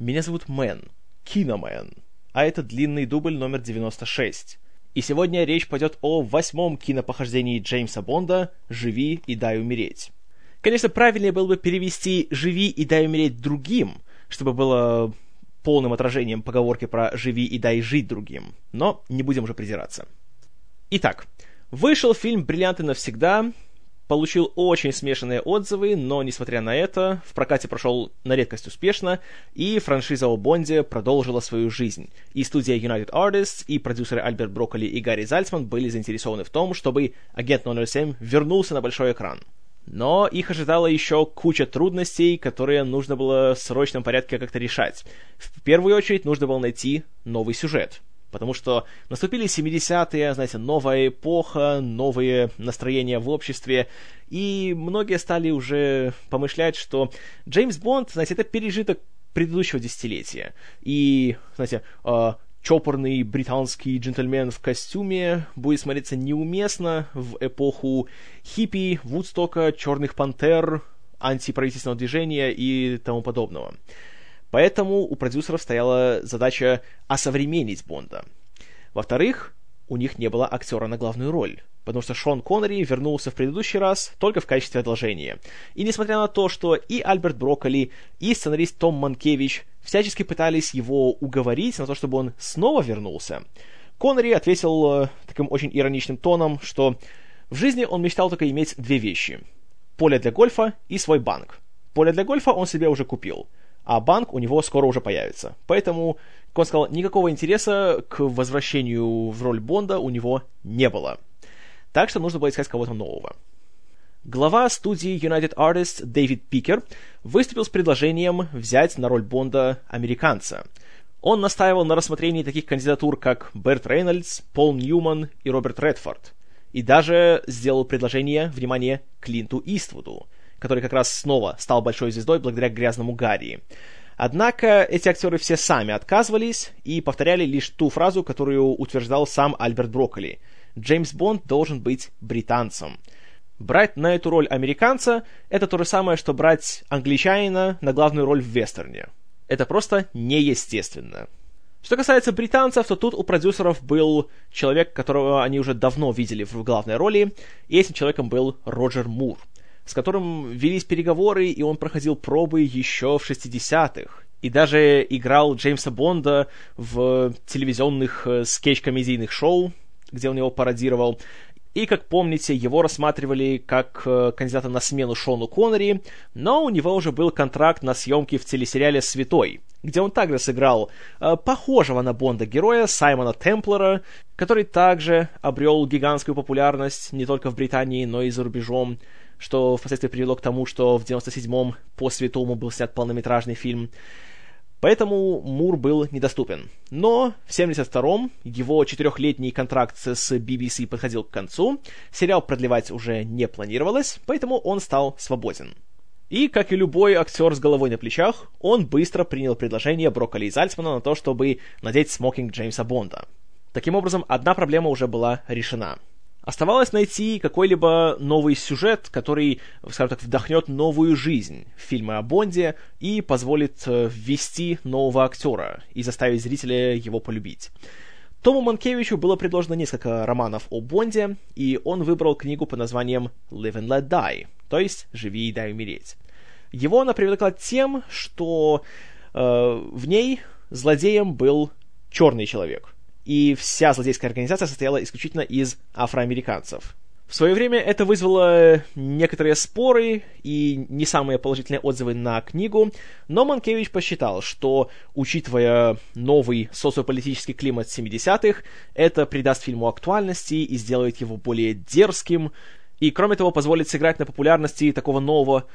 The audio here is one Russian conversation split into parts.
Меня зовут Мэн, Киномэн, а это длинный дубль номер 96. И сегодня речь пойдет о 8-м кинопохождении Джеймса Бонда «Живи и дай умереть». Конечно, правильнее было бы перевести «Живи и дай умереть другим», чтобы было полным отражением поговорки про «живи и дай жить другим», но не будем уже придираться. Итак, вышел фильм «Бриллианты навсегда», получил очень смешанные отзывы, но, несмотря на это, в прокате прошел на редкость успешно, и франшиза о Бонде продолжила свою жизнь. И студия United Artists, и продюсеры Альберт Брокколи и Гарри Зальцман были заинтересованы в том, чтобы «Агент 007» вернулся на большой экран. Но их ожидала еще куча трудностей, которые нужно было в срочном порядке как-то решать. В первую очередь нужно было найти новый сюжет. Потому что наступили 70-е, знаете, новая эпоха, новые настроения в обществе, и многие стали уже помышлять, что Джеймс Бонд, знаете, это пережиток предыдущего десятилетия. И, знаете, чопорный британский джентльмен в костюме будет смотреться неуместно в эпоху хиппи, Вудстока, черных пантер, антиправительственного движения и тому подобного. Поэтому у продюсеров стояла задача осовременить Бонда. Во-вторых, у них не было актера на главную роль, потому что Шон Коннери вернулся в предыдущий раз только в качестве одолжения. И несмотря на то, что и Альберт Брокколи, и сценарист Том Манкевич всячески пытались его уговорить на то, чтобы он снова вернулся, Коннери ответил таким очень ироничным тоном, что в жизни он мечтал только иметь две вещи: поле для гольфа и свой банк. Поле для гольфа он себе уже купил, а банк у него скоро уже появится. Поэтому, как он сказал, никакого интереса к возвращению в роль Бонда у него не было. Так что нужно было искать кого-то нового. Глава студии United Artists Дэвид Пикер выступил с предложением взять на роль Бонда американца. Он настаивал на рассмотрении таких кандидатур, как Берт Рейнольдс, Пол Ньюман и Роберт Редфорд. И даже сделал предложение, внимание, Клинту Иствуду, который как раз снова стал большой звездой благодаря «Грязному Гарри». Однако эти актеры все сами отказывались и повторяли лишь ту фразу, которую утверждал сам Альберт Брокколи: «Джеймс Бонд должен быть британцем». Брать на эту роль американца — это то же самое, что брать англичанина на главную роль в вестерне. Это просто неестественно. Что касается британцев, то тут у продюсеров был человек, которого они уже давно видели в главной роли, и этим человеком был Роджер Мур, с которым велись переговоры, и он проходил пробы еще в 60-х. И даже играл Джеймса Бонда в телевизионных скетч-комедийных шоу, где он его пародировал. И, как помните, его рассматривали как кандидата на смену Шону Коннери, но у него уже был контракт на съемки в телесериале «Святой», где он также сыграл похожего на Бонда героя Саймона Темплера, который также обрел гигантскую популярность не только в Британии, но и за рубежом, что впоследствии привело к тому, что в 97-м по «Святому» был снят полнометражный фильм. Поэтому Мур был недоступен. Но в 72-м его 4-летний контракт с BBC подходил к концу, сериал продлевать уже не планировалось, поэтому он стал свободен. И, как и любой актер с головой на плечах, он быстро принял предложение Брокколи и Зальцмана на то, чтобы надеть смокинг Джеймса Бонда. Таким образом, одна проблема уже была решена. Оставалось найти какой-либо новый сюжет, который, скажем так, вдохнет новую жизнь в фильмы о Бонде и позволит ввести нового актера и заставить зрителя его полюбить. Тому Манкевичу было предложено несколько романов о Бонде, и он выбрал книгу под названием «Live and Let Die», то есть «Живи и дай умереть». Его она привлекла тем, что в ней злодеем был черный человек. И вся злодейская организация состояла исключительно из афроамериканцев. В свое время это вызвало некоторые споры и не самые положительные отзывы на книгу, но Манкевич посчитал, что, учитывая новый социополитический климат 70-х, это придаст фильму актуальности и сделает его более дерзким, и, кроме того, позволит сыграть на популярности такого нового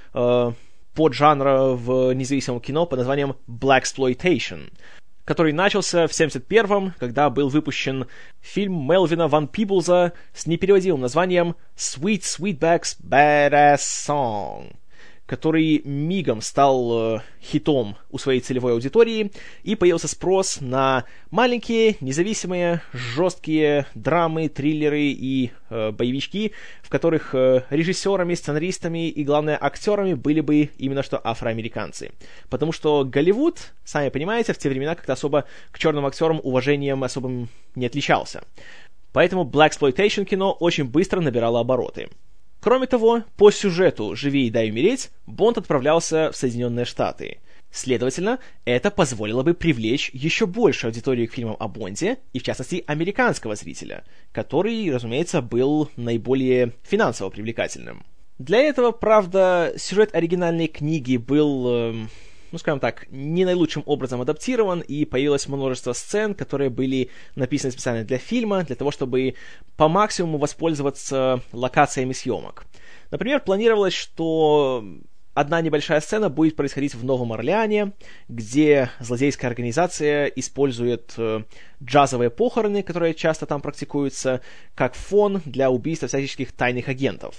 поджанра в независимом кино под названием «Blaxploitation», который начался в 1971-м, когда был выпущен фильм Мелвина Ван Пиблза с непереводимым названием «Sweet Sweetback's Badass Song», который мигом стал хитом у своей целевой аудитории, и появился спрос на маленькие, независимые, жесткие драмы, триллеры и боевички, в которых режиссерами, сценаристами и, главное, актерами были бы именно что афроамериканцы. Потому что Голливуд, сами понимаете, в те времена как-то особо к черным актерам уважением особым не отличался. Поэтому blaxploitation кино очень быстро набирало обороты. Кроме того, по сюжету «Живи и дай умереть» Бонд отправлялся в Соединенные Штаты. Следовательно, это позволило бы привлечь еще больше аудиторию к фильмам о Бонде, и в частности американского зрителя, который, разумеется, был наиболее финансово привлекательным. Для этого, правда, сюжет оригинальной книги был, скажем так, не наилучшим образом адаптирован, и появилось множество сцен, которые были написаны специально для фильма, для того, чтобы по максимуму воспользоваться локациями съемок. Например, планировалось, что одна небольшая сцена будет происходить в Новом Орлеане, где злодейская организация использует джазовые похороны, которые часто там практикуются, как фон для убийства всяческих тайных агентов.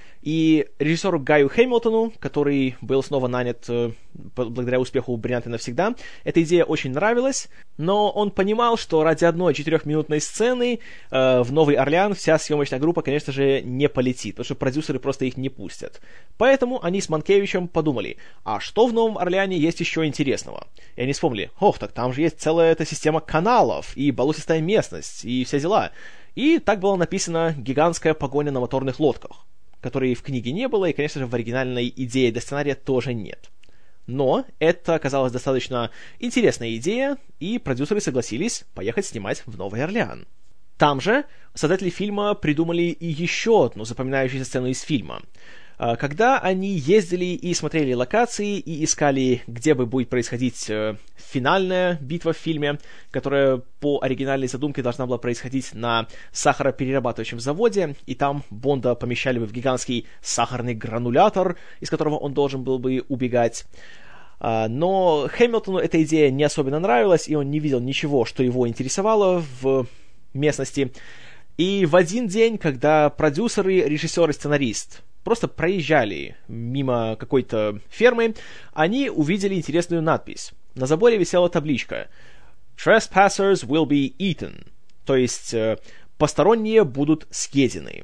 И режиссеру Гаю Хэмилтону, который был снова нанят благодаря успеху «Бриллианты навсегда», эта идея очень нравилась, но он понимал, что ради одной 4-минутной сцены в Новый Орлеан вся съемочная группа, конечно же, не полетит, потому что продюсеры просто их не пустят. Поэтому они с Манкевичем подумали, а что в Новом Орлеане есть еще интересного? И они вспомнили, так там же есть целая эта система каналов, и болотистая местность, и все дела. И так была написана гигантская погоня на моторных лодках, которой в книге не было, и, конечно же, в оригинальной идее для сценария тоже нет. Но это оказалась достаточно интересная идея, и продюсеры согласились поехать снимать в Новый Орлеан. Там же создатели фильма придумали и еще одну запоминающуюся сцену из фильма. Когда они ездили и смотрели локации, и искали, где бы будет происходить финальная битва в фильме, которая по оригинальной задумке должна была происходить на сахароперерабатывающем заводе, и там Бонда помещали бы в гигантский сахарный гранулятор, из которого он должен был бы убегать. Но Хэмилтону эта идея не особенно нравилась, и он не видел ничего, что его интересовало в местности. И в один день, когда продюсеры, режиссер и сценарист просто проезжали мимо какой-то фермы, они увидели интересную надпись. На заборе висела табличка «Trespassers will be eaten», то есть «посторонние будут съедены».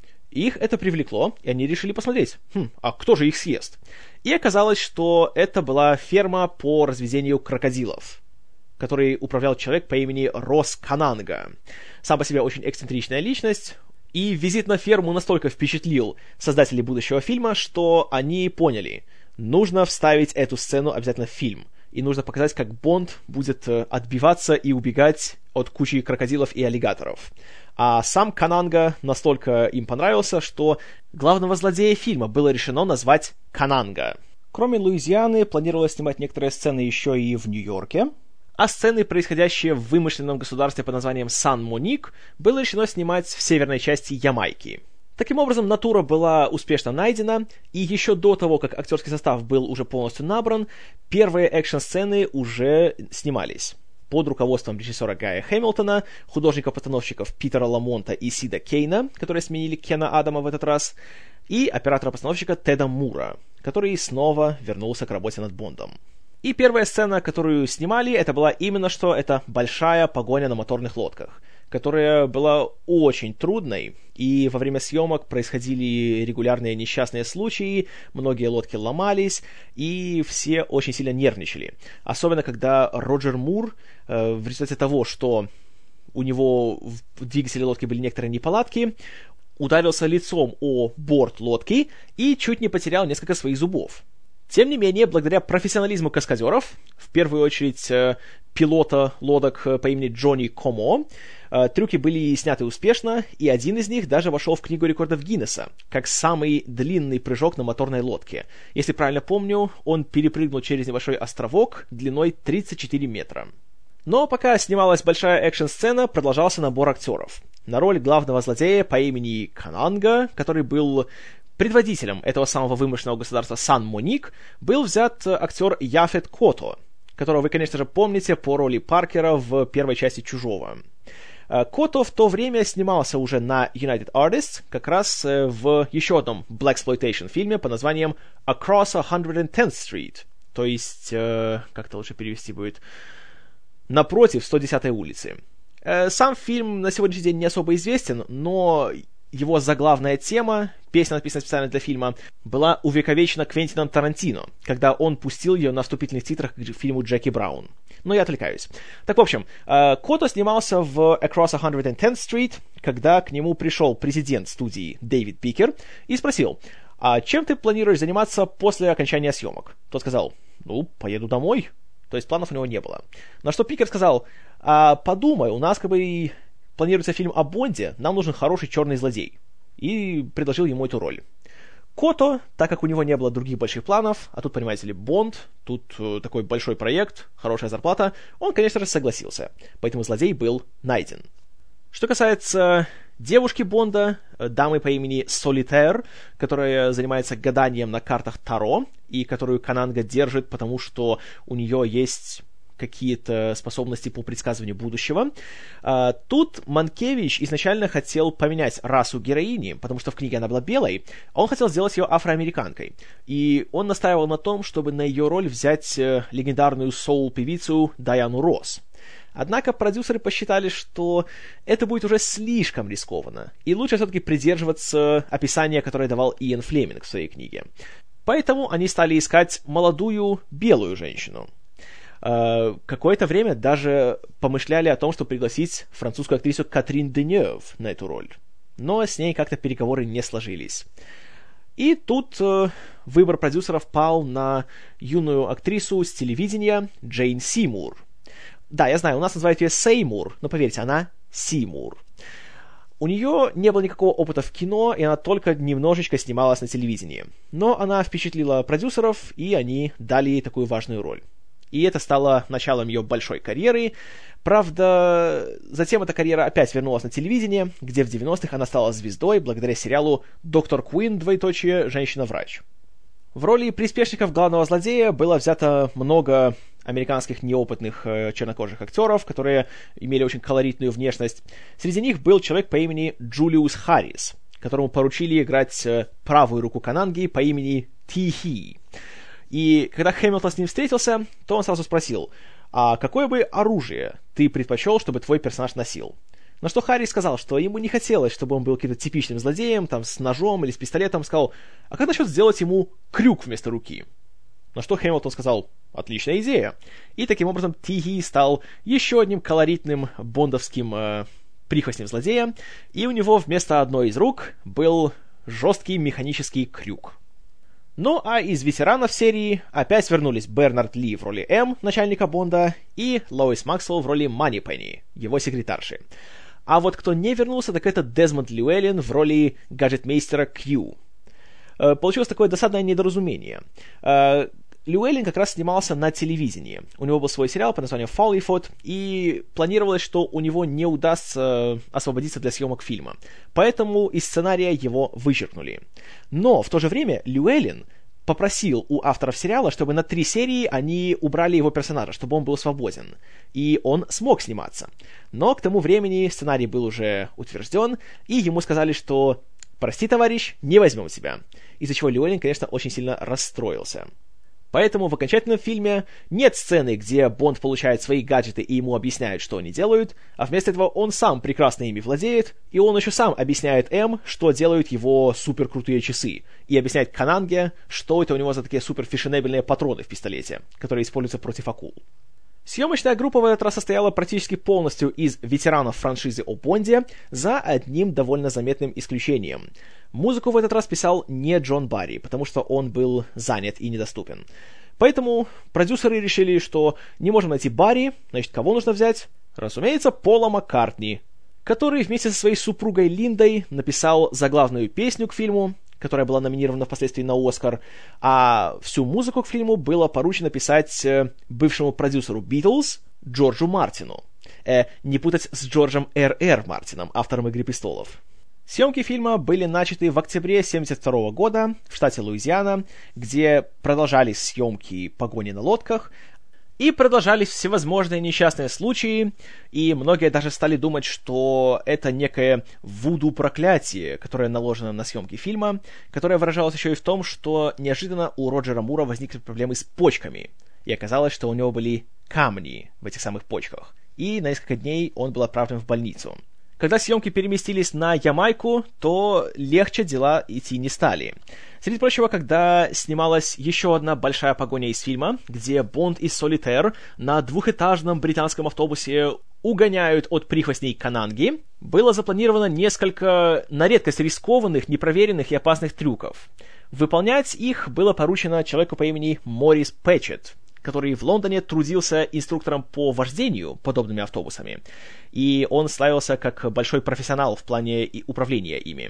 Их это привлекло, и они решили посмотреть, а кто же их съест? И оказалось, что это была ферма по разведению крокодилов, которой управлял человек по имени Рос Кананга. Сам по себе очень эксцентричная личность. И визит на ферму настолько впечатлил создателей будущего фильма, что они поняли, нужно вставить эту сцену обязательно в фильм. И нужно показать, как Бонд будет отбиваться и убегать от кучи крокодилов и аллигаторов. А сам Кананга настолько им понравился, что главного злодея фильма было решено назвать Кананга. Кроме Луизианы, планировалось снимать некоторые сцены еще и в Нью-Йорке. А сцены, происходящие в вымышленном государстве под названием Сан-Моник, было решено снимать в северной части Ямайки. Таким образом, натура была успешно найдена, и еще до того, как актерский состав был уже полностью набран, первые экшн-сцены уже снимались. Под руководством режиссера Гая Хэмилтона, художников-постановщиков Питера Ламонта и Сида Кейна, которые сменили Кена Адама в этот раз, и оператора-постановщика Теда Мура, который снова вернулся к работе над Бондом. И первая сцена, которую снимали, это была именно что это большая погоня на моторных лодках, которая была очень трудной, и во время съемок происходили регулярные несчастные случаи, многие лодки ломались, и все очень сильно нервничали. Особенно, когда Роджер Мур, в результате того, что у него в двигателе лодки были некоторые неполадки, ударился лицом о борт лодки и чуть не потерял несколько своих зубов. Тем не менее, благодаря профессионализму каскадеров, в первую очередь пилота лодок по имени Джонни Комо, трюки были сняты успешно, и один из них даже вошел в Книгу рекордов Гиннесса, как самый длинный прыжок на моторной лодке. Если правильно помню, он перепрыгнул через небольшой островок длиной 34 метра. Но пока снималась большая экшн-сцена, продолжался набор актеров. На роль главного злодея по имени Кананга, который был предводителем этого самого вымышленного государства Сан-Моник, был взят актер Яфет Кото, которого вы, конечно же, помните по роли Паркера в первой части «Чужого». Кото в то время снимался уже на United Artists, как раз в еще одном blaxploitation фильме под названием Across 110th Street, то есть, как это лучше перевести будет, напротив 110-й улицы. Сам фильм на сегодняшний день не особо известен, но его заглавная тема, песня, написанная специально для фильма, была увековечена Квентином Тарантино, когда он пустил ее на вступительных титрах к фильму «Джеки Браун». Но я отвлекаюсь. Так, в общем, Кото снимался в Across 110th Street, когда к нему пришел президент студии Дэвид Пикер и спросил: «А чем ты планируешь заниматься после окончания съемок?» Тот сказал: поеду домой. То есть планов у него не было. На что Пикер сказал: подумай, у нас планируется фильм о Бонде, нам нужен хороший черный злодей. И предложил ему эту роль. Кото, так как у него не было других больших планов, а тут, понимаете ли, Бонд, тут такой большой проект, хорошая зарплата, он, конечно же, согласился. Поэтому злодей был найден. Что касается девушки Бонда, дамы по имени Солитер, которая занимается гаданием на картах Таро, и которую Кананга держит, потому что у нее есть какие-то способности по предсказыванию будущего. Тут Манкевич изначально хотел поменять расу героини, потому что в книге она была белой, а он хотел сделать ее афроамериканкой. И он настаивал на том, чтобы на ее роль взять легендарную соул-певицу Дайану Росс. Однако продюсеры посчитали, что это будет уже слишком рискованно, и лучше все-таки придерживаться описания, которое давал Иэн Флеминг в своей книге. Поэтому они стали искать молодую белую женщину. Какое-то время даже помышляли о том, чтобы пригласить французскую актрису Катрин Денёв на эту роль. Но с ней как-то переговоры не сложились. И тут выбор продюсеров пал на юную актрису с телевидения Джейн Симур. Да, я знаю, у нас называют ее Сеймур, но поверьте, она Симур. У нее не было никакого опыта в кино, и она только немножечко снималась на телевидении. Но она впечатлила продюсеров, и они дали ей такую важную роль. И это стало началом ее большой карьеры. Правда, затем эта карьера опять вернулась на телевидение, где в 90-х она стала звездой благодаря сериалу «Доктор Куин. Женщина-врач». В роли приспешников главного злодея было взято много американских неопытных чернокожих актеров, которые имели очень колоритную внешность. Среди них был человек по имени Джулиус Харрис, которому поручили играть правую руку Кананги по имени Ти Хи. И когда Хэмилтон с ним встретился, то он сразу спросил: а какое бы оружие ты предпочел, чтобы твой персонаж носил? На что Харрис сказал, что ему не хотелось, чтобы он был каким-то типичным злодеем, там, с ножом или с пистолетом. Сказал: а как насчет сделать ему крюк вместо руки? На что Хэмилтон сказал: отличная идея. И таким образом Ти-Хи стал еще одним колоритным бондовским прихвостнем злодея, и у него вместо одной из рук был жесткий механический крюк. Ну а из ветеранов серии опять вернулись Бернард Ли в роли М, начальника Бонда, и Лоис Максвелл в роли Манипенни, его секретарши. А вот кто не вернулся, так это Дезмонд Льюэллен в роли гаджетмейстера Кью. Получилось такое досадное недоразумение. Льюэллен как раз снимался на телевидении. У него был свой сериал под названием «Фоллифуд», и планировалось, что у него не удастся освободиться для съемок фильма. Поэтому из сценария его вычеркнули. Но в то же время Льюэллен попросил у авторов сериала, чтобы на 3 серии они убрали его персонажа, чтобы он был свободен. И он смог сниматься. Но к тому времени сценарий был уже утвержден, и ему сказали, что «Прости, товарищ, не возьмем тебя». Из-за чего Льюэллен, конечно, очень сильно расстроился. Поэтому в окончательном фильме нет сцены, где Бонд получает свои гаджеты и ему объясняют, что они делают, а вместо этого он сам прекрасно ими владеет, и он еще сам объясняет М, что делают его суперкрутые часы, и объясняет Кананге, что это у него за такие суперфешенебельные патроны в пистолете, которые используются против акул. Съемочная группа в этот раз состояла практически полностью из ветеранов франшизы о Бонде, за одним довольно заметным исключением. Музыку в этот раз писал не Джон Барри, потому что он был занят и недоступен. Поэтому продюсеры решили, что не можем найти Барри, значит, кого нужно взять? Разумеется, Пола Маккартни, который вместе со своей супругой Линдой написал заглавную песню к фильму, которая была номинирована впоследствии на Оскар, а всю музыку к фильму было поручено писать бывшему продюсеру Битлз Джорджу Мартину. Не путать с Джорджем Р.Р. Мартином, автором «Игры престолов». Съемки фильма были начаты в октябре 1972 года в штате Луизиана, где продолжались съемки «Погони на лодках», И продолжались всевозможные несчастные случаи, и многие даже стали думать, что это некое вуду-проклятие, которое наложено на съемки фильма, которое выражалось еще и в том, что неожиданно у Роджера Мура возникли проблемы с почками, и оказалось, что у него были камни в этих самых почках, и на несколько дней он был отправлен в больницу. Когда съемки переместились на Ямайку, то легче дела идти не стали. Среди прочего, когда снималась еще одна большая погоня из фильма, где Бонд и Солитер на двухэтажном британском автобусе угоняют от прихвостней Кананги, было запланировано несколько на редкость рискованных, непроверенных и опасных трюков. Выполнять их было поручено человеку по имени Морис Пэтчетт, который в Лондоне трудился инструктором по вождению подобными автобусами, и он славился как большой профессионал в плане управления ими.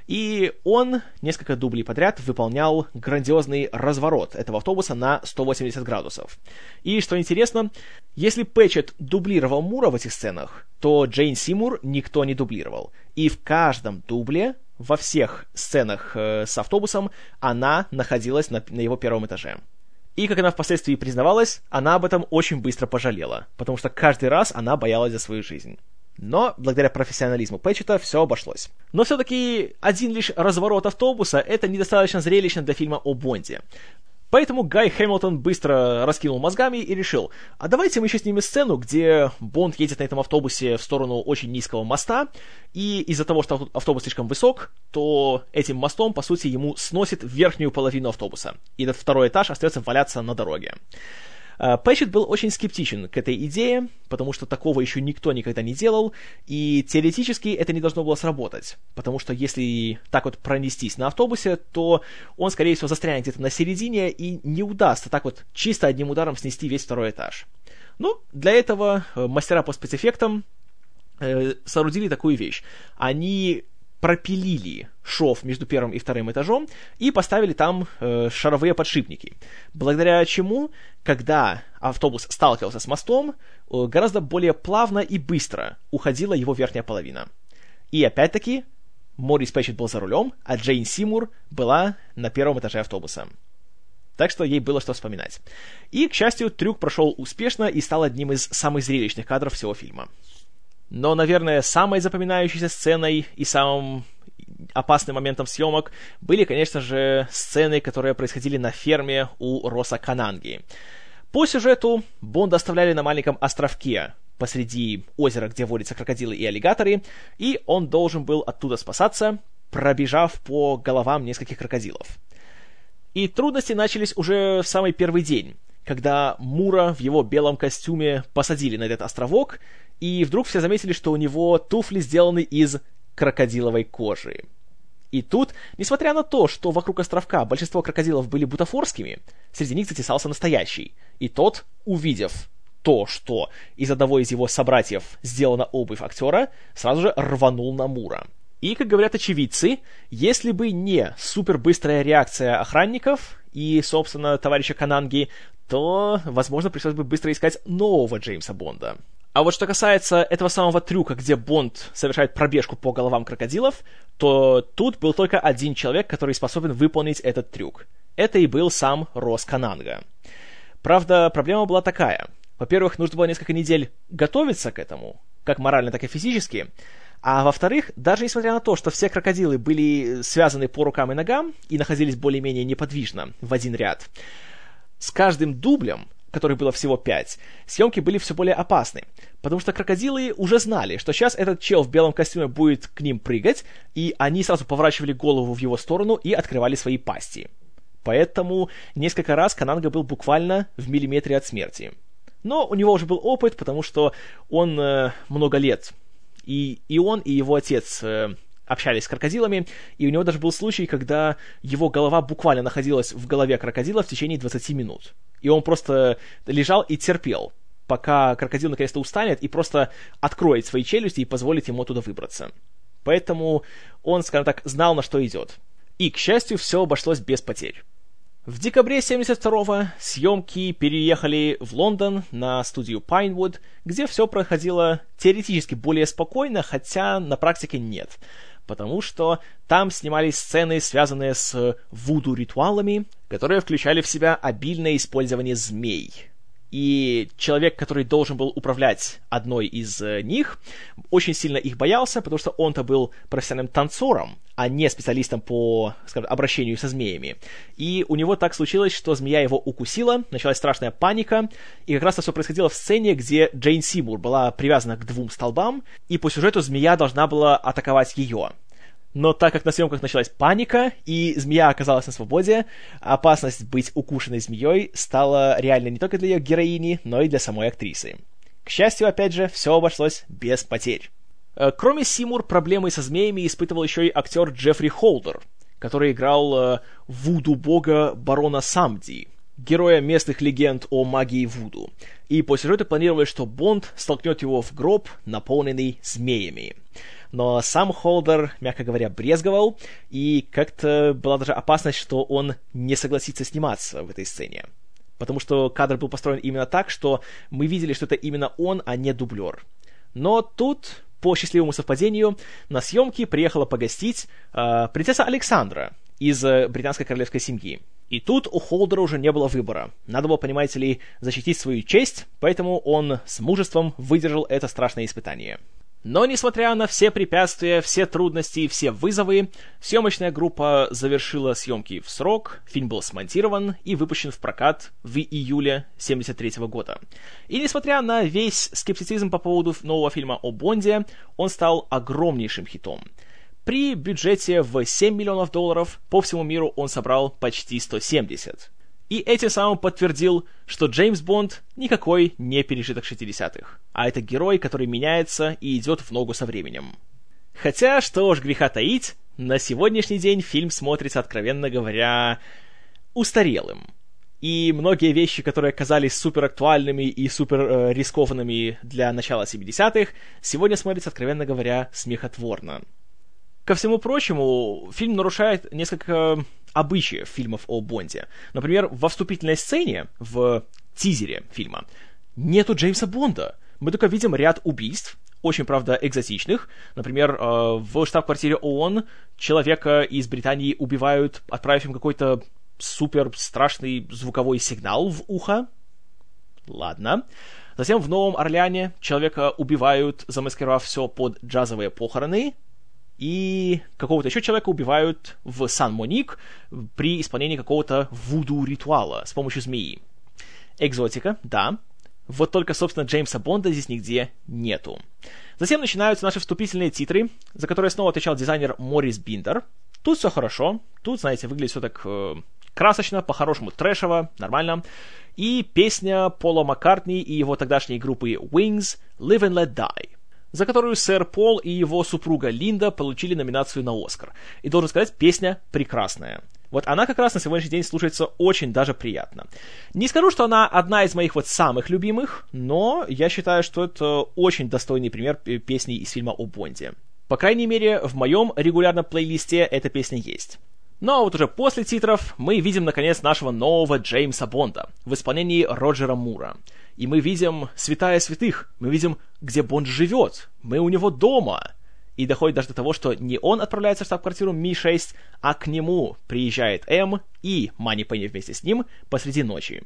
И он несколько дублей подряд выполнял грандиозный разворот этого автобуса на 180 градусов. И, что интересно, если Пэтчетт дублировал Мура в этих сценах, то Джейн Симур никто не дублировал. И в каждом дубле, во всех сценах с автобусом, она находилась на его первом этаже. И, как она впоследствии признавалась, она об этом очень быстро пожалела, потому что каждый раз она боялась за свою жизнь. Но, благодаря профессионализму Пэтчетта, все обошлось. Но все-таки один лишь разворот автобуса — это недостаточно зрелищно для фильма о Бонде. Поэтому Гай Хэмилтон быстро раскинул мозгами и решил, а давайте мы еще снимем сцену, где Бонд едет на этом автобусе в сторону очень низкого моста, и из-за того, что автобус слишком высок, то этим мостом, по сути, ему сносит верхнюю половину автобуса, и этот второй этаж остается валяться на дороге. Пэтчетт был очень скептичен к этой идее, потому что такого еще никто никогда не делал, и теоретически это не должно было сработать, потому что если так вот пронестись на автобусе, то он, скорее всего, застрянет где-то на середине и не удастся так вот чисто одним ударом снести весь второй этаж. Ну, для этого мастера по спецэффектам соорудили такую вещь. Они пропилили шов между первым и вторым этажом и поставили там шаровые подшипники, благодаря чему, когда автобус сталкивался с мостом, гораздо более плавно и быстро уходила его верхняя половина. И опять-таки, Морис Пэтчетт был за рулем, а Джейн Симур была на первом этаже автобуса. Так что ей было что вспоминать. И, к счастью, трюк прошел успешно и стал одним из самых зрелищных кадров всего фильма. Но, наверное, самой запоминающейся сценой и самым опасным моментом съемок были, конечно же, сцены, которые происходили на ферме у Росса Кананги. По сюжету Бонда оставляли на маленьком островке посреди озера, где водятся крокодилы и аллигаторы, и он должен был оттуда спасаться, пробежав по головам нескольких крокодилов. И трудности начались уже в самый первый день, когда Мура в его белом костюме посадили на этот островок, и вдруг все заметили, что у него туфли сделаны из крокодиловой кожи. И тут, несмотря на то, что вокруг островка большинство крокодилов были бутафорскими, среди них затесался настоящий. И тот, увидев то, что из одного из его собратьев сделана обувь актера, сразу же рванул на Мура. И, как говорят очевидцы, если бы не супербыстрая реакция охранников и, собственно, товарища Кананги, то, возможно, пришлось бы быстро искать нового Джеймса Бонда. А вот что касается этого самого трюка, где Бонд совершает пробежку по головам крокодилов, то тут был только один человек, который способен выполнить этот трюк. Это и был сам Росс Кананга. Правда, проблема была такая. Во-первых, нужно было несколько недель готовиться к этому, как морально, так и физически. А во-вторых, даже несмотря на то, что все крокодилы были связаны по рукам и ногам и находились более-менее неподвижно в один ряд, с каждым дублем, которых было всего 5, съемки были все более опасны, потому что крокодилы уже знали, что сейчас этот чел в белом костюме будет к ним прыгать, и они сразу поворачивали голову в его сторону и открывали свои пасти. Поэтому несколько раз Кананга был буквально в миллиметре от смерти. Но у него уже был опыт, потому что он много лет, и он, и его отец общались с крокодилами, и у него даже был случай, когда его голова буквально находилась в голове крокодила в течение 20 минут. И он просто лежал и терпел, пока крокодил наконец-то устанет и просто откроет свои челюсти и позволит ему оттуда выбраться. Поэтому он, скажем так, знал, на что идет. И, к счастью, все обошлось без потерь. В декабре 1972-го съемки переехали в Лондон на студию Pinewood, где все проходило теоретически более спокойно, хотя на практике нет. Потому что там снимались сцены, связанные с вуду-ритуалами, которые включали в себя обильное использование змей. И человек, который должен был управлять одной из них, очень сильно их боялся, потому что он-то был профессиональным танцором, а не специалистом по, скажем, обращению со змеями. И у него так случилось, что змея его укусила, началась страшная паника, и как раз это все происходило в сцене, где Джейн Сеймур была привязана к 2 столбам, и по сюжету змея должна была атаковать ее. Но так как на съемках началась паника, и змея оказалась на свободе, опасность быть укушенной змеей стала реальной не только для ее героини, но и для самой актрисы. К счастью, опять же, все обошлось без потерь. Кроме Сеймур, проблемы со змеями испытывал еще и актер Джеффри Холдер, который играл вуду-бога барона Самди, героя местных легенд о магии вуду. И по сюжету планировалось, что Бонд столкнет его в гроб, наполненный змеями. Но сам Холдер, мягко говоря, брезговал, и как-то была даже опасность, что он не согласится сниматься в этой сцене. Потому что кадр был построен именно так, что мы видели, что это именно он, а не дублер. Но тут, по счастливому совпадению, на съемки приехала погостить принцесса Александра из британской королевской семьи. И тут у Холдера уже не было выбора. Надо было, понимаете ли, защитить свою честь, поэтому он с мужеством выдержал это страшное испытание. Но, несмотря на все препятствия, все трудности и все вызовы, съемочная группа завершила съемки в срок, фильм был смонтирован и выпущен в прокат в июле 1973 года. И, несмотря на весь скептицизм по поводу нового фильма о Бонде, он стал огромнейшим хитом. При бюджете в $7 миллионов по всему миру он собрал почти 170. И этим самым подтвердил, что Джеймс Бонд никакой не пережиток 60-х, а это герой, который меняется и идет в ногу со временем. Хотя, что уж греха таить, на сегодняшний день фильм смотрится, откровенно говоря, устарелым. И многие вещи, которые казались суперактуальными и супер рискованными для начала 70-х, сегодня смотрятся, откровенно говоря, смехотворно. Ко всему прочему, фильм нарушает несколько обычаев фильмов о Бонде. Например, во вступительной сцене, в тизере фильма, нету Джеймса Бонда. Мы только видим ряд убийств, очень, правда, экзотичных. Например, в штаб-квартире ООН человека из Британии убивают, отправив им какой-то супер страшный звуковой сигнал в ухо. Ладно. Затем в Новом Орлеане человека убивают, замаскировав все под джазовые похороны. И какого-то еще человека убивают в Сан-Моник при исполнении какого-то вуду-ритуала с помощью змеи. Экзотика, да. Вот только, собственно, Джеймса Бонда здесь нигде нету. Затем начинаются наши вступительные титры, за которые снова отвечал дизайнер Морис Биндер. Тут все хорошо. Тут, знаете, выглядит все так красочно, по-хорошему трэшево, нормально. И песня Пола Маккартни и его тогдашней группы Wings «Live and Let Die», за которую сэр Пол и его супруга Линда получили номинацию на Оскар. И должен сказать, песня прекрасная. Вот она как раз на сегодняшний день слушается очень даже приятно. Не скажу, что она одна из моих вот самых любимых, но я считаю, что это очень достойный пример песни из фильма о Бонде. По крайней мере, в моем регулярном плейлисте эта песня есть. Ну а вот уже после титров мы видим, наконец, нашего нового Джеймса Бонда в исполнении Роджера Мура. И мы видим святая святых, мы видим, где Бонд живет, мы у него дома. И доходит даже до того, что не он отправляется в штаб-квартиру Ми-6, а к нему приезжает М и Мани Пенни вместе с ним посреди ночи.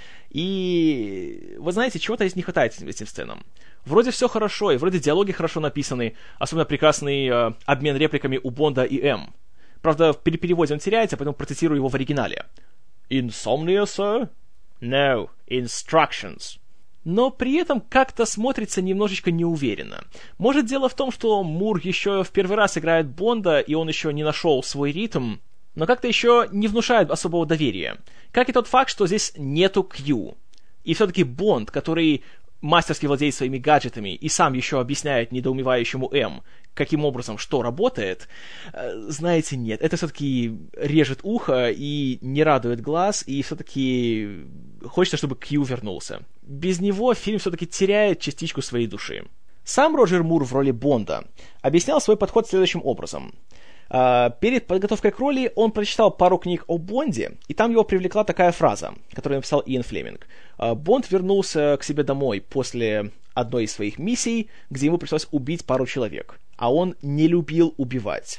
И вы знаете, чего-то здесь не хватает этим сценам. Вроде все хорошо, и вроде диалоги хорошо написаны, особенно прекрасный обмен репликами у Бонда и М. Правда, в переводе он теряется, поэтому процитирую его в оригинале. «Insomnia, sir?» «No, instructions». Но при этом как-то смотрится немножечко неуверенно. Может, дело в том, что Мур еще в первый раз играет Бонда, и он еще не нашел свой ритм, но как-то еще не внушает особого доверия. Как и тот факт, что здесь нету Q. И все-таки Бонд, который мастерски владеет своими гаджетами и сам еще объясняет недоумевающему М, каким образом что работает, знаете, нет. Это все-таки режет ухо и не радует глаз, и все-таки хочется, чтобы Q вернулся. Без него фильм все-таки теряет частичку своей души. Сам Роджер Мур в роли Бонда объяснял свой подход следующим образом. Перед подготовкой к роли он прочитал пару книг о Бонде, и там его привлекла такая фраза, которую написал Иэн Флеминг. Бонд вернулся к себе домой после одной из своих миссий, где ему пришлось убить пару человек, а он не любил убивать.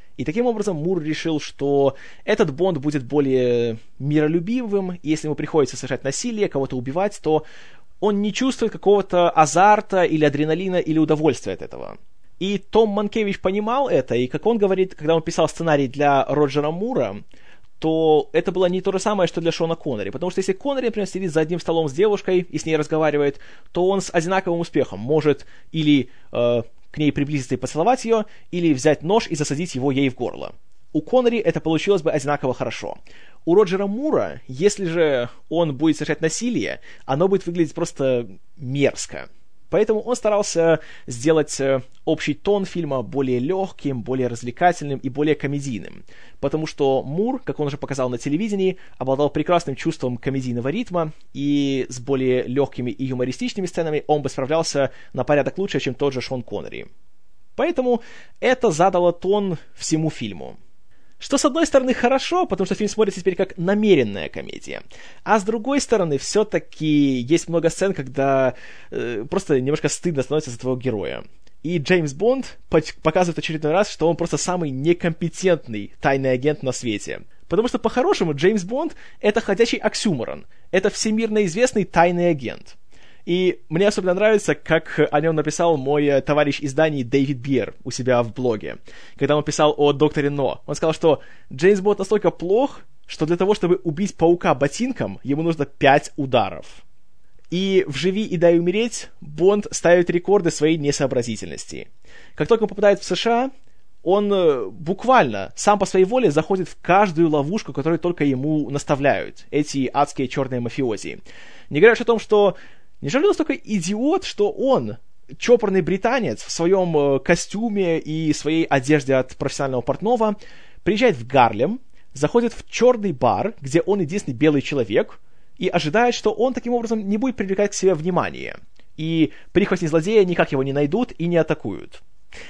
И таким образом Мур решил, что этот Бонд будет более миролюбивым, и если ему приходится совершать насилие, кого-то убивать, то он не чувствует какого-то азарта или адреналина или удовольствия от этого. И Том Манкевич понимал это, и как он говорит, когда он писал сценарий для Роджера Мура, то это было не то же самое, что для Шона Коннери. Потому что если Коннери, например, сидит за одним столом с девушкой и с ней разговаривает, то он с одинаковым успехом может или к ней приблизиться и поцеловать ее, или взять нож и засадить его ей в горло. У Коннери это получилось бы одинаково хорошо. У Роджера Мура, если же он будет совершать насилие, оно будет выглядеть просто мерзко. Поэтому он старался сделать общий тон фильма более легким, более развлекательным и более комедийным. Потому что Мур, как он уже показал на телевидении, обладал прекрасным чувством комедийного ритма, и с более легкими и юмористичными сценами он бы справлялся на порядок лучше, чем тот же Шон Коннери. Поэтому это задало тон всему фильму. Что, с одной стороны, хорошо, потому что фильм смотрится теперь как намеренная комедия. А с другой стороны, все-таки есть много сцен, когда просто немножко стыдно становится за твоего героя. И Джеймс Бонд показывает в очередной раз, что он просто самый некомпетентный тайный агент на свете. Потому что, по-хорошему, Джеймс Бонд — это ходячий оксюморон. Это всемирно известный тайный агент. И мне особенно нравится, как о нем написал мой товарищ из Дании Дэвид Бьер у себя в блоге. Когда он писал о Докторе Но. Он сказал, что Джеймс Бонд настолько плох, что для того, чтобы убить паука ботинком, ему нужно 5 ударов. И в «Живи и дай умереть» Бонд ставит рекорды своей несообразительности. Как только он попадает в США, он буквально сам по своей воле заходит в каждую ловушку, которую только ему наставляют эти адские черные мафиози. Не говоря уж о том, что неужели он настолько идиот, что он, чопорный британец, в своем костюме и своей одежде от профессионального портного, приезжает в Гарлем, заходит в черный бар, где он единственный белый человек, и ожидает, что он таким образом не будет привлекать к себе внимание. И прихвостни злодея никак его не найдут и не атакуют.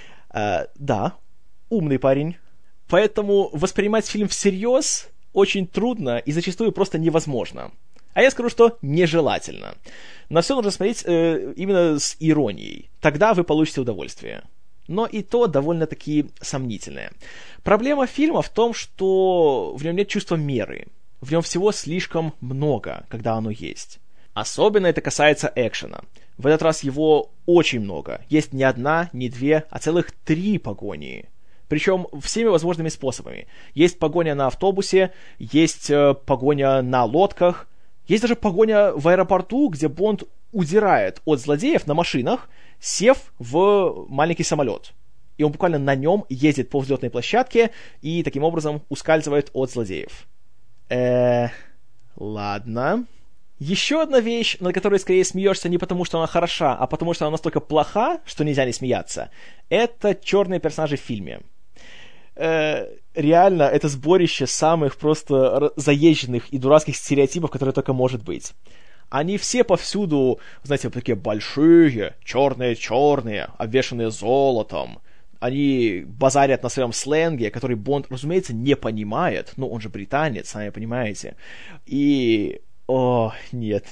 Да, умный парень. Поэтому воспринимать фильм всерьез очень трудно и зачастую просто невозможно. А я скажу, что нежелательно. На все нужно смотреть именно с иронией. Тогда вы получите удовольствие. Но и то довольно-таки сомнительное. Проблема фильма в том, что в нем нет чувства меры. В нем всего слишком много, когда оно есть. Особенно это касается экшена. В этот раз его очень много. Есть не одна, не две, а целых 3 погони. Причем всеми возможными способами. Есть погоня на автобусе, есть погоня на лодках, есть даже погоня в аэропорту, где Бонд удирает от злодеев на машинах, сев в маленький самолет. И он буквально на нем ездит по взлетной площадке и таким образом ускальзывает от злодеев. Ладно. Еще одна вещь, над которой скорее смеешься не потому, что она хороша, а потому, что она настолько плоха, что нельзя не смеяться, это черные персонажи в фильме. Реально, это сборище самых просто заезженных и дурацких стереотипов, которые только может быть. Они все повсюду, знаете, такие большие, черные, обвешанные золотом. Они базарят на своем сленге, который Бонд, разумеется, не понимает. Ну, он же британец, сами понимаете. И... О, нет.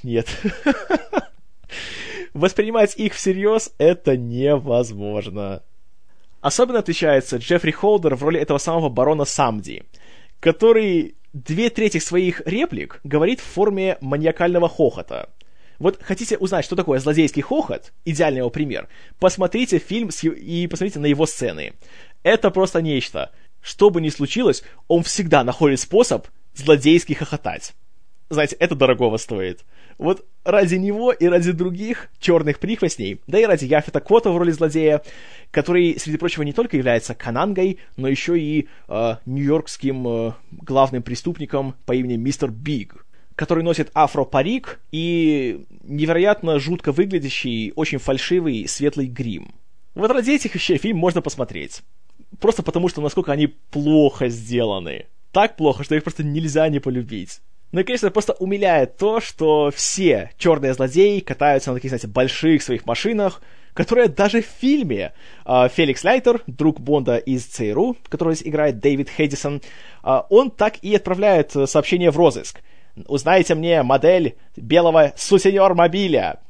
Воспринимать их всерьез — это невозможно. Особенно отличается Джеффри Холдер в роли этого самого барона Самди, который 2/3 своих реплик говорит в форме маниакального хохота. Вот хотите узнать, что такое злодейский хохот? Идеальный его пример. Посмотрите фильм и посмотрите на его сцены. Это просто нечто. Что бы ни случилось, он всегда находит способ злодейски хохотать. Знаете, это дорогого стоит. Вот ради него и ради других черных прихвостней, да и ради Яфета Кота в роли злодея, который, среди прочего, не только является канангой, но еще и нью-йоркским главным преступником по имени Мистер Биг, который носит афро-парик и невероятно жутко выглядящий, очень фальшивый светлый грим. Вот ради этих вещей фильм можно посмотреть. Просто потому, что насколько они плохо сделаны. Так плохо, что их просто нельзя не полюбить. Ну и, конечно, просто умиляет то, что все черные злодеи катаются на таких, знаете, больших своих машинах, которые даже в фильме Феликс Лейтер, друг Бонда из ЦРУ, который здесь играет Дэвид Хэддисон, он так и отправляет сообщение в розыск. Узнайте мне модель белого сутенер-мобиля.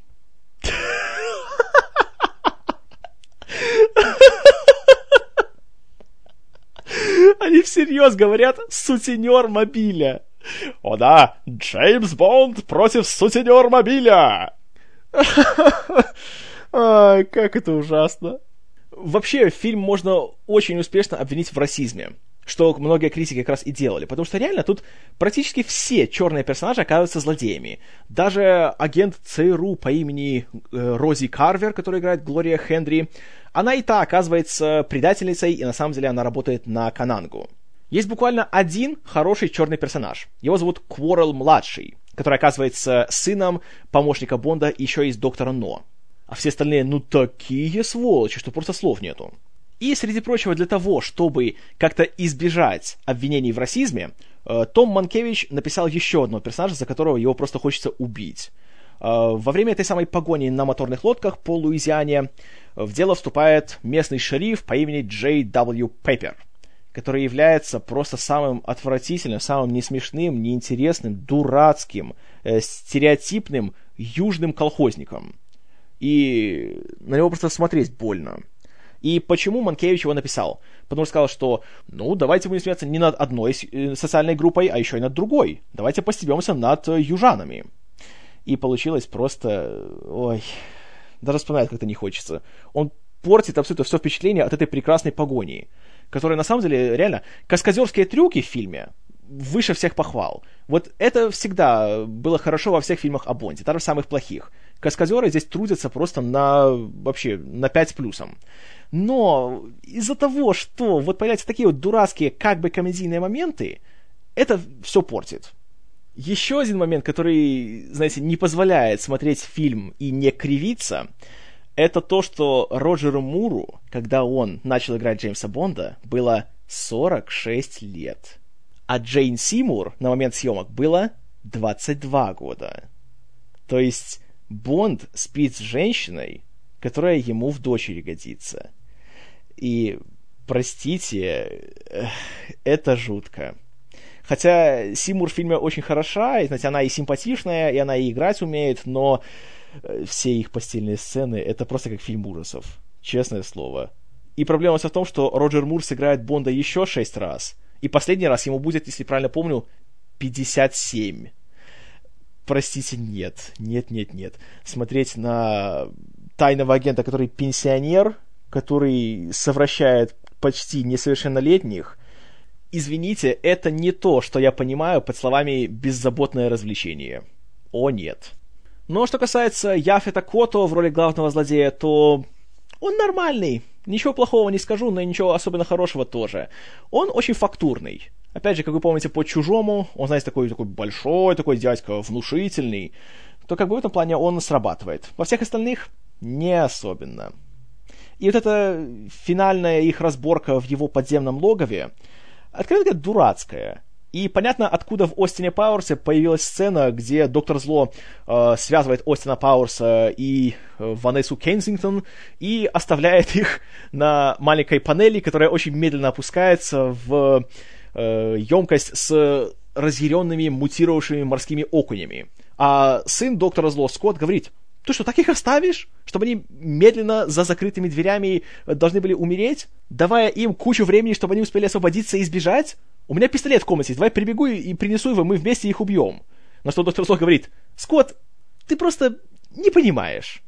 Они всерьез говорят «сутенер мобиля». О да, Джеймс Бонд против сутенер мобиля. Как это ужасно. Вообще, фильм можно очень успешно обвинить в расизме, что многие критики как раз и делали, потому что реально тут практически все черные персонажи оказываются злодеями. Даже агент ЦРУ по имени Рози Карвер, которая играет Глория Хендри, она и та оказывается предательницей, и на самом деле она работает на Канангу. Есть буквально один хороший черный персонаж. Его зовут Кворрелл-младший, который оказывается сыном помощника Бонда и еще из Доктора Но. А все остальные, такие сволочи, что просто слов нету. И, среди прочего, для того, чтобы как-то избежать обвинений в расизме, Том Манкевич написал еще одного персонажа, за которого его просто хочется убить. Во время этой самой погони на моторных лодках по Луизиане в дело вступает местный шериф по имени Джей W. Пеппер, который является просто самым отвратительным, самым несмешным, неинтересным, дурацким, стереотипным южным колхозником. И на него просто смотреть больно. И почему Манкевич его написал? Потому что сказал, что, давайте будем смеяться не над одной социальной группой, а еще и над другой. Давайте постебемся над южанами. И получилось просто... даже вспоминать как-то не хочется. Он портит абсолютно все впечатление от этой прекрасной погони, которая на самом деле реально... Каскадерские трюки в фильме выше всех похвал. Вот это всегда было хорошо во всех фильмах о Бонде, даже в самых плохих. Каскадеры здесь трудятся просто на 5 с плюсом. Но из-за того, что вот появляются такие вот дурацкие как бы комедийные моменты, это все портит. Еще один момент, который, знаете, не позволяет смотреть фильм и не кривиться, это то, что Роджеру Муру, когда он начал играть Джеймса Бонда, было 46 лет. А Джейн Симур на момент съемок было 22 года. То есть Бонд спит с женщиной, которая ему в дочери годится. И, простите, это жутко. Хотя Симур в фильме очень хороша, и, знаете, она и симпатичная, и она и играть умеет, но все их постельные сцены — это просто как фильм ужасов. Честное слово. И проблема вся в том, что Роджер Мур сыграет Бонда еще 6 раз. И последний раз ему будет, если правильно помню, 57. Простите, нет. Смотреть на тайного агента, который пенсионер, который совращает почти несовершеннолетних, извините, это не то, что я понимаю под словами «беззаботное развлечение». О, нет. Но что касается Яфета Кото в роли главного злодея, то он нормальный. Ничего плохого не скажу, но и ничего особенно хорошего тоже. Он очень фактурный. Опять же, как вы помните, по «Чужому», он, знаете, такой большой, такой дядька, внушительный, то как бы в этом плане он срабатывает. Во всех остальных не особенно. И вот эта финальная их разборка в его подземном логове, откровенно говоря, дурацкая. И понятно, откуда в Остине Пауэрсе появилась сцена, где Доктор Зло связывает Остина Пауэрса и Ванессу Кенсингтон и оставляет их на маленькой панели, которая очень медленно опускается в емкость с разъяренными, мутировавшими морскими окунями. А сын Доктора Зло, Скотт, говорит: ты что, так их оставишь? Чтобы они медленно за закрытыми дверями должны были умереть, давая им кучу времени, чтобы они успели освободиться и сбежать? У меня пистолет в комнате, давай прибегу и принесу его, мы вместе их убьем. На что доктор Зло говорит: Скотт, ты просто не понимаешь.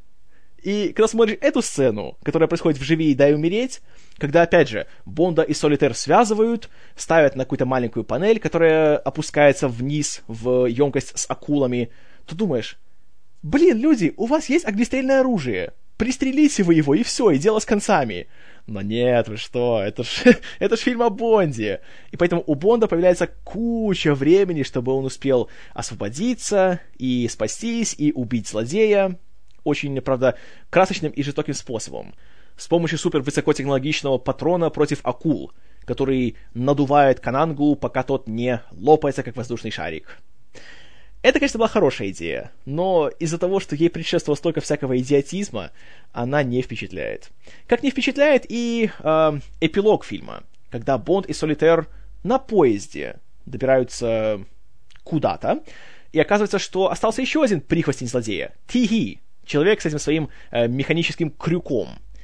И когда смотришь эту сцену, которая происходит в «Живи и дай умереть», когда, опять же, Бонда и Солитер связывают, ставят на какую-то маленькую панель, которая опускается вниз в емкость с акулами, то думаешь: блин, люди, у вас есть огнестрельное оружие. Пристрелите вы его, и все, и дело с концами. Но нет, вы что, это ж фильм о Бонде. И поэтому у Бонда появляется куча времени, чтобы он успел освободиться, и спастись, и убить злодея. Очень, правда, красочным и жестоким способом. С помощью супервысокотехнологичного патрона против акул, который надувает Канангу, пока тот не лопается, как воздушный шарик. Это, конечно, была хорошая идея, но из-за того, что ей предшествовало столько всякого идиотизма, она не впечатляет. Как не впечатляет и эпилог фильма, когда Бонд и Солитер на поезде добираются куда-то, и оказывается, что остался еще один прихвостень злодея — Ти-Ги, человек с этим своим механическим крюком.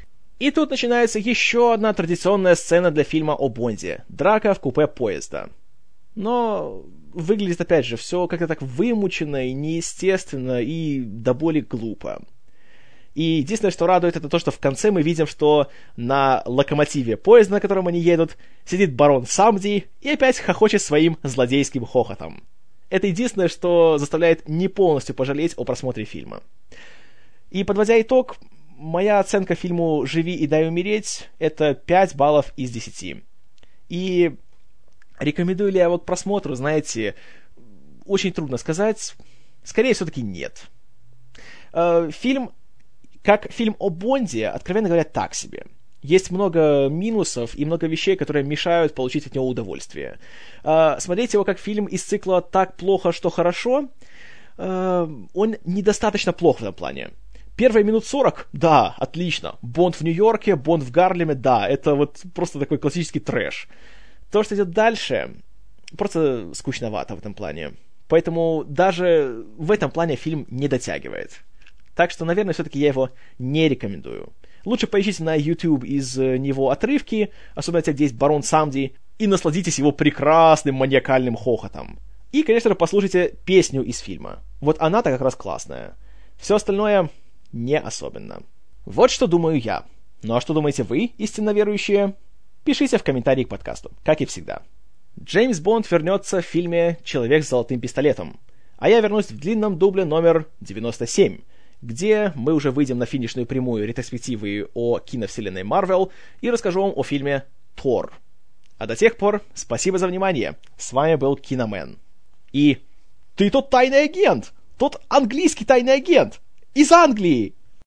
И тут начинается еще одна традиционная сцена для фильма о Бонде — драка в купе поезда. Но выглядит, опять же, все как-то так вымученно и неестественно, и до боли глупо. И единственное, что радует, это то, что в конце мы видим, что на локомотиве поезда, на котором они едут, сидит барон Самди и опять хохочет своим злодейским хохотом. Это единственное, что заставляет не полностью пожалеть о просмотре фильма. И подводя итог, моя оценка фильму «Живи и дай умереть» — это 5 баллов из 10. И рекомендую ли я его к просмотру, знаете, очень трудно сказать. Скорее, все-таки нет. Фильм, как фильм о Бонде, откровенно говоря, так себе. Есть много минусов и много вещей, которые мешают получить от него удовольствие. Смотреть его как фильм из цикла «Так плохо, что хорошо», он недостаточно плох в этом плане. Первые минут 40, да, отлично. Бонд в Нью-Йорке, Бонд в Гарлеме, да, это вот просто такой классический трэш. То, что идет дальше, просто скучновато в этом плане. Поэтому даже в этом плане фильм не дотягивает. Так что, наверное, все-таки я его не рекомендую. Лучше поищите на YouTube из него отрывки, особенно те, где есть барон Самди, и насладитесь его прекрасным маниакальным хохотом. И, конечно же, послушайте песню из фильма. Вот она-то как раз классная. Все остальное не особенно. Вот что думаю я. Ну а что думаете вы, истинно верующие? Пишите в комментарии к подкасту, как и всегда. Джеймс Бонд вернется в фильме «Человек с золотым пистолетом», а я вернусь в длинном дубле номер 97, где мы уже выйдем на финишную прямую ретроспективы о киновселенной Марвел и расскажу вам о фильме «Тор». А до тех пор, спасибо за внимание. С вами был Киномен. И ты тот тайный агент! Тот английский тайный агент! Из Англии!